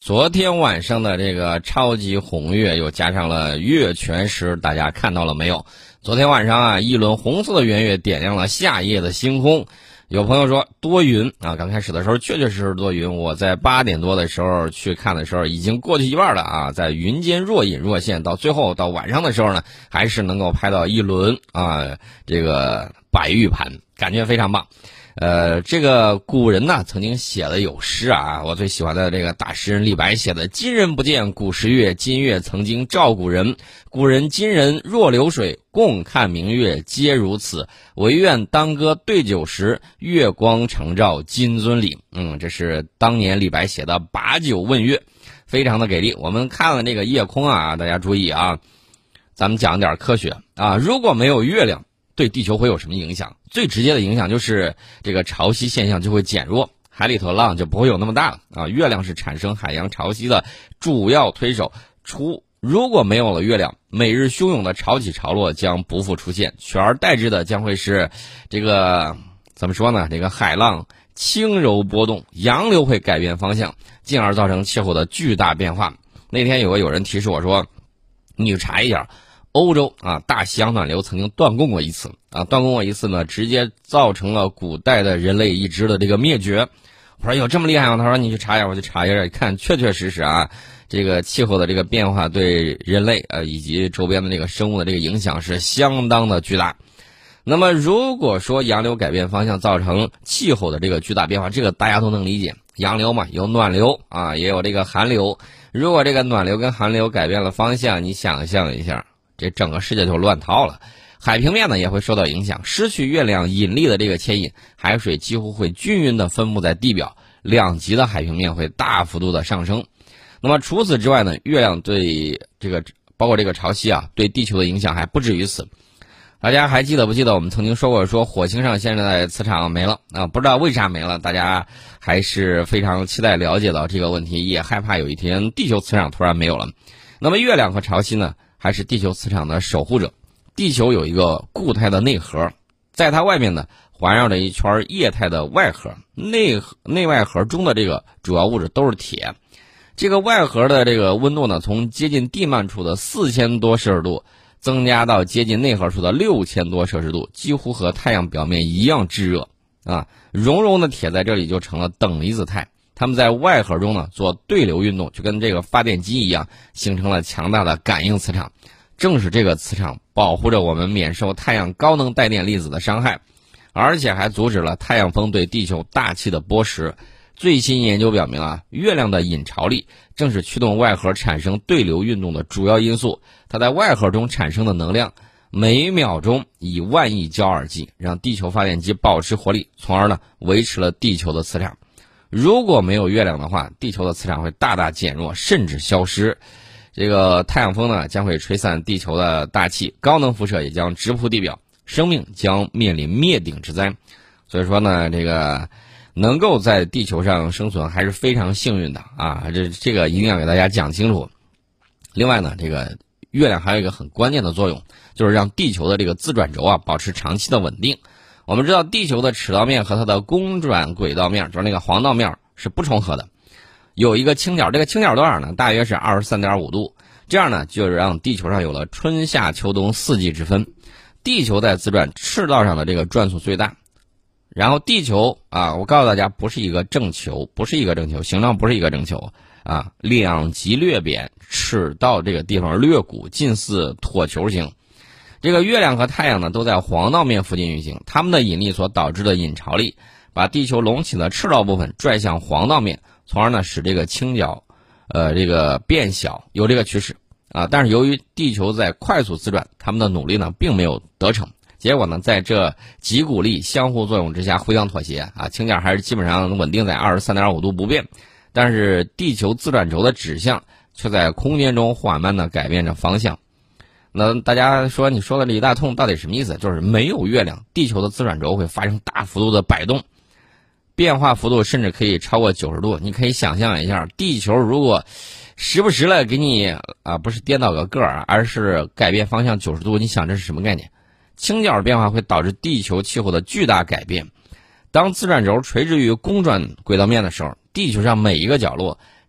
昨天晚上的这个超级红月又加上了月全食，大家看到了没有？昨天晚上啊，一轮红色的圆月点亮了夏夜的星空。有朋友说多云啊，刚开始的时候确确实实多云。我在8点多的时候去看的时候，已经过去一半了啊，在云间若隐若现。到最后到晚上的时候呢，还是能够拍到一轮啊这个白玉盘，感觉非常棒。这个古人呢曾经写的有诗啊，我最喜欢的这个大诗人李白写的：今人不见古时月，今月曾经照古人。古人今人若流水，共看明月皆如此。唯愿当歌对酒时，月光常照金樽里。这是当年李白写的《把酒问月》，非常的给力。我们看了这个夜空啊，大家注意啊，咱们讲点科学啊。如果没有月亮，对地球会有什么影响？最直接的影响就是这个潮汐现象就会减弱，海里头浪就不会有那么大了啊。月亮是产生海洋潮汐的主要推手，如果没有了月亮，每日汹涌的潮起潮落将不复出现，取而代之的将会是这个怎么说呢？这个海浪轻柔波动，洋流会改变方向，进而造成气候的巨大变化。那天有人提示我说，你去查一下。欧洲啊，大西洋暖流曾经断供过一次呢，直接造成了古代的人类一支的这个灭绝。我说有这么厉害吗？他说你去查一下，我去查一下，看确确实实啊，这个气候的这个变化对人类以及周边的这个生物的这个影响是相当的巨大。那么如果说洋流改变方向造成气候的这个巨大变化，这个大家都能理解。洋流嘛，有暖流啊，也有这个寒流。如果这个暖流跟寒流改变了方向，你想象一下。这整个世界就乱套了，海平面呢也会受到影响，失去月亮引力的这个牵引，海水几乎会均匀的分布在地表，2极的海平面会大幅度的上升。那么除此之外呢，月亮对这个包括这个潮汐啊，对地球的影响还不止于此。大家还记得不记得我们曾经说过，说火星上现在磁场没了啊？不知道为啥没了，大家还是非常期待了解到这个问题，也害怕有一天地球磁场突然没有了。那么月亮和潮汐呢？还是地球磁场的守护者。地球有一个固态的内核，在它外面呢环绕着一圈液态的外核，内外核中的这个主要物质都是铁。这个外核的这个温度呢，从接近地幔处的4000多摄氏度增加到接近内核处的6000多摄氏度，几乎和太阳表面一样炙热啊。熔融的铁在这里就成了等离子态。它们在外核中呢做对流运动，就跟这个发电机一样，形成了强大的感应磁场。正是这个磁场保护着我们免受太阳高能带电粒子的伤害，而且还阻止了太阳风对地球大气的剥蚀。最新研究表明啊，月亮的引潮力正是驱动外核产生对流运动的主要因素。它在外核中产生的能量每秒钟以10000亿焦耳计，让地球发电机保持活力，从而呢维持了地球的磁场。如果没有月亮的话，地球的磁场会大大减弱，甚至消失。这个太阳风呢将会吹散地球的大气，高能辐射也将直扑地表，生命将面临灭顶之灾。所以说呢，这个能够在地球上生存还是非常幸运的啊，这个一定要给大家讲清楚。另外呢，这个月亮还有一个很关键的作用，就是让地球的这个自转轴啊保持长期的稳定。我们知道地球的赤道面和它的公转轨道面，就是那个黄道面是不重合的，有一个倾角，这个倾角多少呢？大约是23.5度。这样呢，就让地球上有了春夏秋冬4季之分。地球在自转赤道上的这个转速最大。然后地球啊，我告诉大家，不是一个正球，形状不是一个正球啊，2极略扁，赤道这个地方略鼓，近似椭球形。这个月亮和太阳呢都在黄道面附近运行，它们的引力所导致的引潮力把地球隆起的赤道部分拽向黄道面，从而呢使这个倾角这个变小，有这个趋势啊。但是由于地球在快速自转，他们的努力呢并没有得逞，结果呢在这几股力相互作用之下互相妥协啊，倾角还是基本上稳定在23.5度不变，但是地球自转轴的指向却在空间中缓慢地改变着方向。那大家说你说的这一大通到底什么意思？就是没有月亮，地球的自转轴会发生大幅度的摆动，变化幅度甚至可以超过90度。你可以想象一下，地球如果时不时的给你不是颠倒个个儿，而是改变方向90度，你想这是什么概念？倾角的变化会导致地球气候的巨大改变。当自转轴垂直于公转轨道面的时候，地球上每一个角落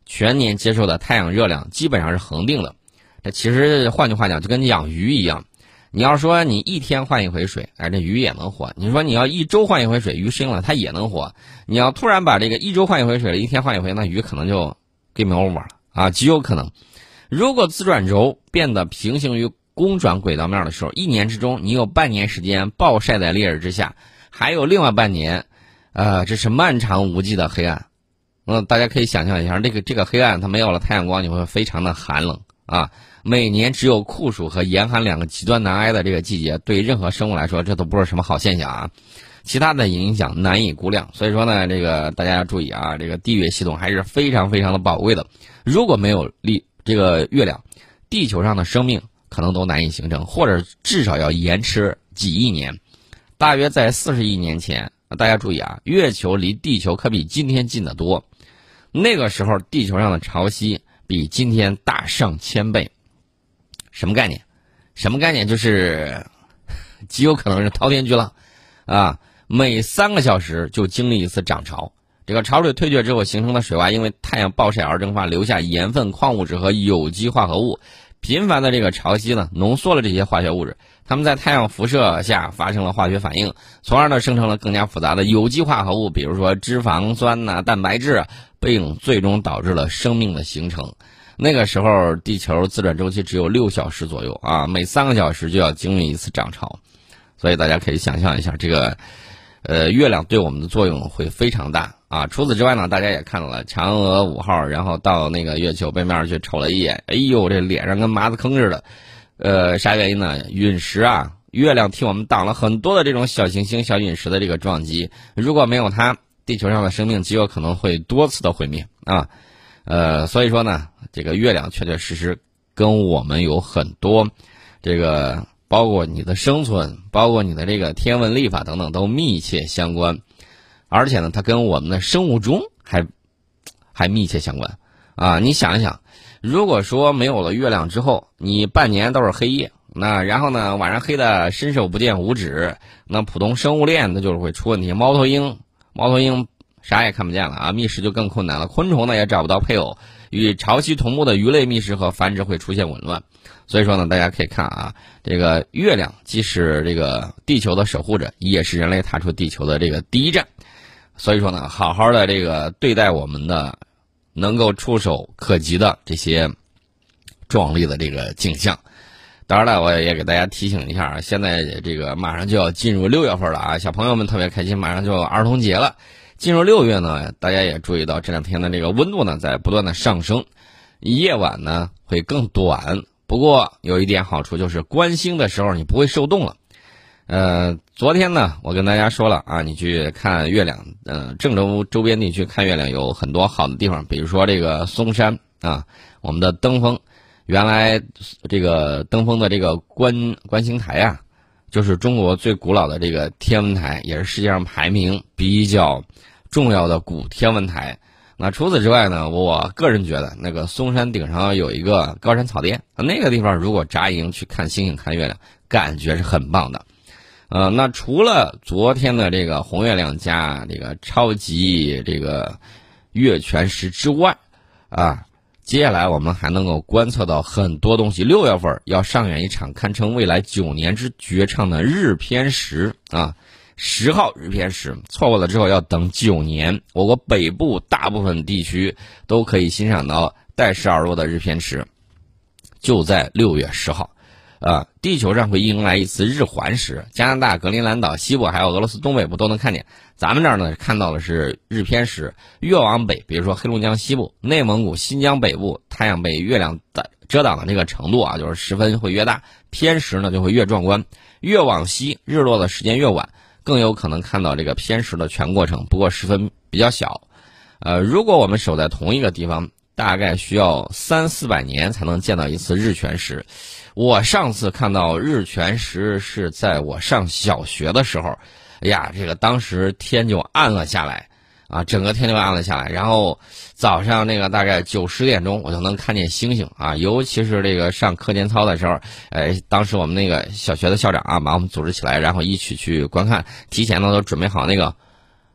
全年接受的太阳热量基本上是恒定的。这其实换句话讲，就跟养鱼一样，你要说你一天换一回水，这鱼也能活；你说你要一周换一回水，鱼适应了它也能活。你要突然把这个一周换一回水，一天换一回，那鱼可能就game over 了啊，极有可能。如果自转轴变得平行于公转轨道面的时候，一年之中你有半年时间暴晒在烈日之下，还有另外半年，这是漫长无际的黑暗。大家可以想象一下，这个黑暗它没有了太阳光，你会非常的寒冷啊。每年只有酷暑和严寒两个极端难挨的这个季节，对任何生物来说，这都不是什么好现象啊。其他的影响难以估量，所以说呢，这个大家要注意啊，这个地月系统还是非常非常的宝贵的。如果没有这个月亮，地球上的生命可能都难以形成，或者至少要延迟几亿年。大约在40亿年前，大家注意啊，月球离地球可比今天近得多。那个时候，地球上的潮汐比今天大上千倍。什么概念？就是极有可能是滔天巨浪啊！每3个小时就经历一次涨潮。这个潮水退却之后形成的水洼，因为太阳暴晒而蒸发，留下盐分、矿物质和有机化合物。频繁的这个潮汐呢，浓缩了这些化学物质，它们在太阳辐射下发生了化学反应，从而呢生成了更加复杂的有机化合物，比如说脂肪酸蛋白质，并最终导致了生命的形成。那个时候地球自转周期只有6小时左右啊，每3个小时就要经历一次涨潮，所以大家可以想象一下，这个月亮对我们的作用会非常大啊。除此之外呢，大家也看到了嫦娥5号，然后到那个月球背面去瞅了一眼，哎呦，这脸上跟麻子坑似的。啥原因呢？陨石啊，月亮替我们挡了很多的这种小行星、小陨石的这个撞击，如果没有它，地球上的生命极有可能会多次的毁灭啊。所以说呢，这个月亮确确实实跟我们有很多这个，包括你的生存，包括你的这个天文历法等等都密切相关，而且呢，它跟我们的生物钟还密切相关啊。你想一想，如果说没有了月亮之后，你半年都是黑夜，那然后呢，晚上黑的伸手不见五指，那普通生物链它就是会出问题。猫头鹰啥也看不见了啊，觅食就更困难了。昆虫呢也找不到配偶，与潮汐同步的鱼类觅食和繁殖会出现紊乱。所以说呢，大家可以看啊，这个月亮既是这个地球的守护者，也是人类踏出地球的这个第一站。所以说呢，好好的这个对待我们的能够触手可及的这些壮丽的这个景象。当然了，我也给大家提醒一下，现在这个马上就要进入6月份了啊，小朋友们特别开心，马上就儿童节了。进入6月呢，大家也注意到这2天的这个温度呢在不断的上升，夜晚呢会更短。不过有一点好处就是观星的时候你不会受冻了。昨天呢我跟大家说了啊，你去看月亮，郑州周边地区看月亮有很多好的地方，比如说这个嵩山啊，我们的登封，原来这个登封的这个观星台啊，就是中国最古老的这个天文台，也是世界上排名比较重要的古天文台。那除此之外呢，我个人觉得那个嵩山顶上有一个高山草甸，那个地方如果扎营去看星星看月亮，感觉是很棒的。那除了昨天的这个红月亮加这个超级这个月全食之外啊，接下来我们还能够观测到很多东西。6月份要上演一场堪称未来9年之绝唱的日偏食啊，10号日偏食，错过了之后要等9年。我国北部大部分地区都可以欣赏到带时而落的日偏食，就在6月10号。地球上会迎来一次日环食，加拿大、格陵兰岛西部还有俄罗斯东北部都能看见。咱们这儿呢看到的是日偏食，越往北，比如说黑龙江西部、内蒙古、新疆北部，太阳被月亮遮挡的这个程度啊，就是时分会越大，偏食呢就会越壮观。越往西，日落的时间越晚，更有可能看到这个偏食的全过程，不过时分比较小。如果我们守在同一个地方，大概需要300-400年才能见到一次日全食。我上次看到日全食是在我上小学的时候，哎呀，这个当时天就暗了下来啊，整个天就暗了下来，然后早上那个大概9-10点钟我就能看见星星啊，尤其是这个上课间操的时候，当时我们那个小学的校长啊把我们组织起来，然后一起去观看，提前呢都准备好那个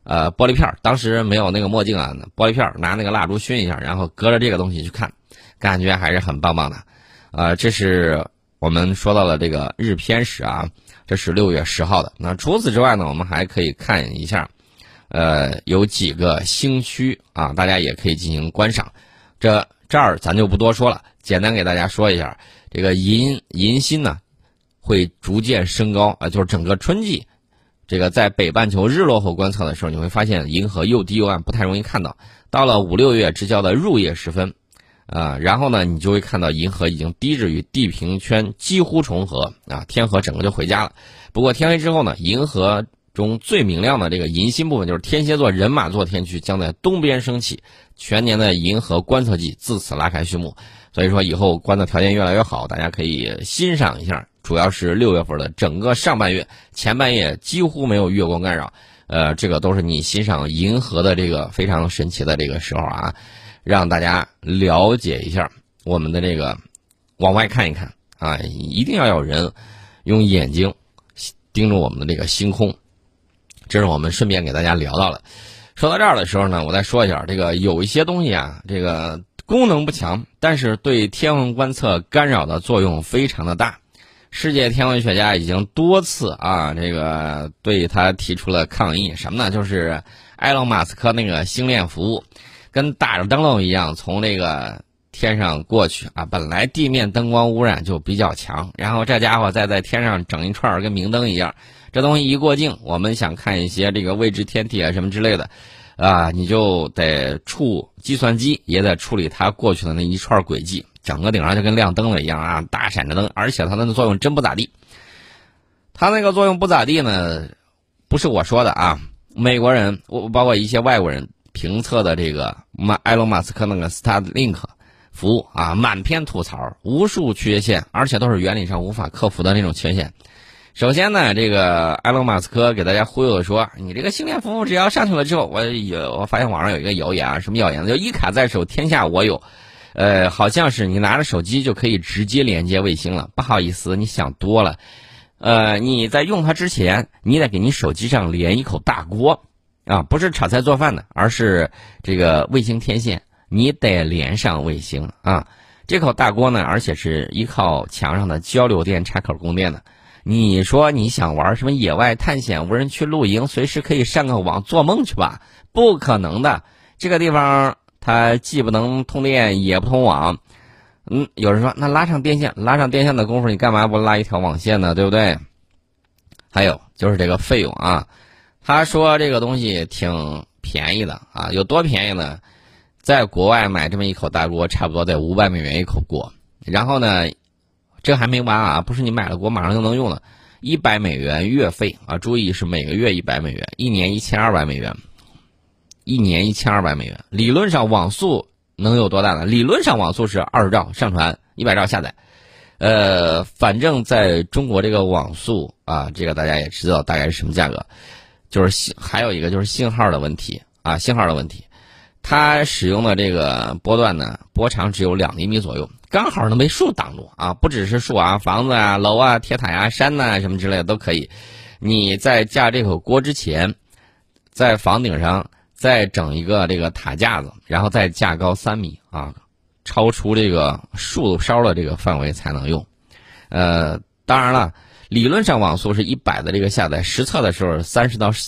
玻璃片，当时没有那个墨镜啊，玻璃片拿那个蜡烛熏一下，然后隔着这个东西去看，感觉还是很棒棒的。这是我们说到了这个日偏食啊，这是6月10号的。那除此之外呢，我们还可以看一下，有几个星区啊，大家也可以进行观赏。这儿咱就不多说了，简单给大家说一下，这个银星呢会逐渐升高啊，就是整个春季。这个在北半球日落后观测的时候，你会发现银河又低又暗，不太容易看到。到了5、6月之交的入夜时分，然后呢，你就会看到银河已经低至与地平圈几乎重合啊，天河整个就回家了。不过天黑之后呢，银河中最明亮的这个银星部分，就是天蝎座、人马座天区，将在东边升起，全年的银河观测季自此拉开序幕。所以说以后观测条件越来越好，大家可以欣赏一下。主要是6月份的整个上半月，前半夜几乎没有月光干扰，这个都是你欣赏银河的这个非常神奇的这个时候啊，让大家了解一下我们的这个往外看一看啊，一定要有人用眼睛盯着我们的这个星空，这是我们顺便给大家聊到了。说到这儿的时候呢，我再说一下，这个有一些东西啊，这个功能不强，但是对天文观测干扰的作用非常的大。世界天文学家已经多次啊，这个对他提出了抗议，什么呢？就是埃隆·马斯克那个星链服务，跟打着灯笼一样从这个天上过去啊。本来地面灯光污染就比较强，然后这家伙再在天上整一串跟明灯一样，这东西一过境，我们想看一些这个未知天体啊什么之类的，你就得计算机也得处理它过去的那一串轨迹。整个顶上就跟亮灯了一样啊，大闪着灯，而且它的作用真不咋地。它那个作用不咋地呢，不是我说的啊，美国人包括一些外国人评测的这个埃隆·马斯克那个 Starlink 服务啊，满篇吐槽，无数缺陷，而且都是原理上无法克服的那种缺陷。首先呢，这个埃隆·马斯克给大家忽悠的说，你这个星链服务只要上去了之后，我发现网上有一个谣言啊，什么谣言呢？就一卡在手，天下我有。好像是你拿着手机就可以直接连接卫星了。不好意思，你想多了。你在用它之前，你得给你手机上连一口大锅啊，不是炒菜做饭的，而是这个卫星天线，你得连上卫星啊。这口大锅呢，而且是依靠墙上的交流电插口供电的。你说你想玩什么野外探险、无人区露营，随时可以上个网，做梦去吧？不可能的，这个地方它既不能通电也不通网。有人说那拉上电线的功夫，你干嘛不拉一条网线呢？对不对？还有就是这个费用啊，他说这个东西挺便宜的啊，有多便宜呢？在国外买这么一口大锅，差不多得500美元一口锅。然后呢，这还没完啊，不是你买了锅马上就能用的，100美元月费啊，注意是每个月100美元，一年1200美元。一年1200美元，理论上网速能有多大呢？理论上网速是20兆上传，100兆下载。反正在中国这个网速啊，这个大家也知道大概是什么价格。就是还有一个就是信号的问题啊，信号的问题。它使用的这个波段呢，波长只有2厘米左右，刚好能被树挡住啊，不只是树啊，房子啊、楼啊、铁塔啊、山呐、什么之类的都可以。你在架这口锅之前，在房顶上再整一个这个塔架子，然后再架高3米啊，超出这个树梢的这个范围才能用。当然了，理论上网速是100的这个下载，实测的时候30到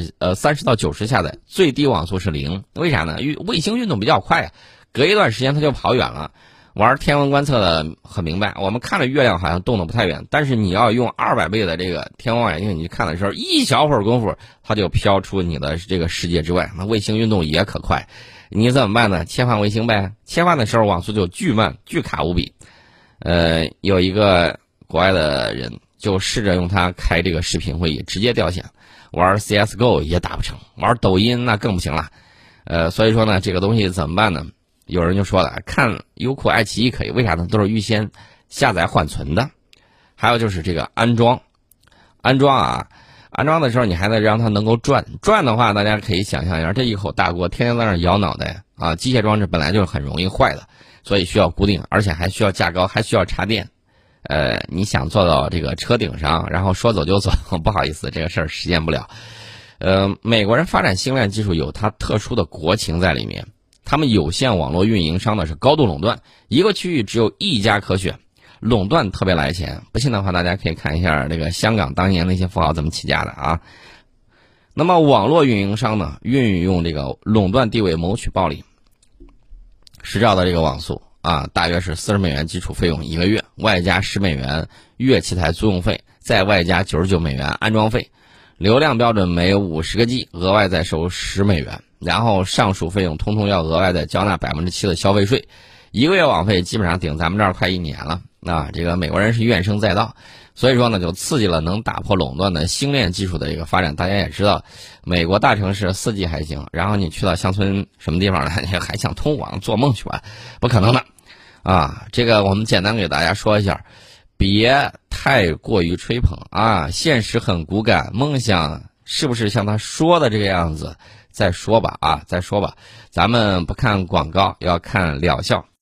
90下载，最低网速是0。为啥呢？因为卫星运动比较快啊，隔一段时间它就跑远了。玩天文观测的很明白，我们看着月亮好像动得不太远，但是你要用200倍的这个天文望远镜，你看的时候，一小会儿功夫它就飘出你的这个世界之外。那卫星运动也可快，你怎么办呢？切换卫星呗。切换的时候网速就巨慢，巨卡无比。有一个国外的人就试着用它开这个视频会议，直接掉线，玩 CSGO 也打不成，玩抖音那更不行了。所以说呢，这个东西怎么办呢？有人就说了，看优酷、爱奇艺可以，为啥呢？都是预先下载缓存的。还有就是这个安装啊，安装的时候你还得让它能够转的话，大家可以想象一下，这一口大锅天天在那摇脑袋啊，机械装置本来就是很容易坏的，所以需要固定，而且还需要架高，还需要插电。你想坐到这个车顶上，然后说走就走，不好意思，这个事儿实现不了。 美国人发展星链技术有它特殊的国情在里面，他们有线网络运营商呢是高度垄断，一个区域只有一家可选，垄断特别来钱。不信的话，大家可以看一下这个香港当年那些富豪怎么起家的啊。那么网络运营商呢，运用这个垄断地位谋取暴利。10兆的这个网速啊，大约是40美元基础费用1个月，外加10美元月器材租用费，再外加99美元安装费。流量标准每50个 G， 额外再收10美元，然后上述费用通通要额外再交纳7%的消费税。1个月网费基本上顶咱们这儿快1年了。这个美国人是怨声载道，所以说呢，就刺激了能打破垄断的星链技术的一个发展。大家也知道，美国大城市4G 还行，然后你去到乡村什么地方呢，你还想通网，做梦去吧，不可能的啊！这个我们简单给大家说一下，别太过于吹捧啊，现实很骨感，梦想是不是像他说的这个样子？再说吧，咱们不看广告，要看疗效。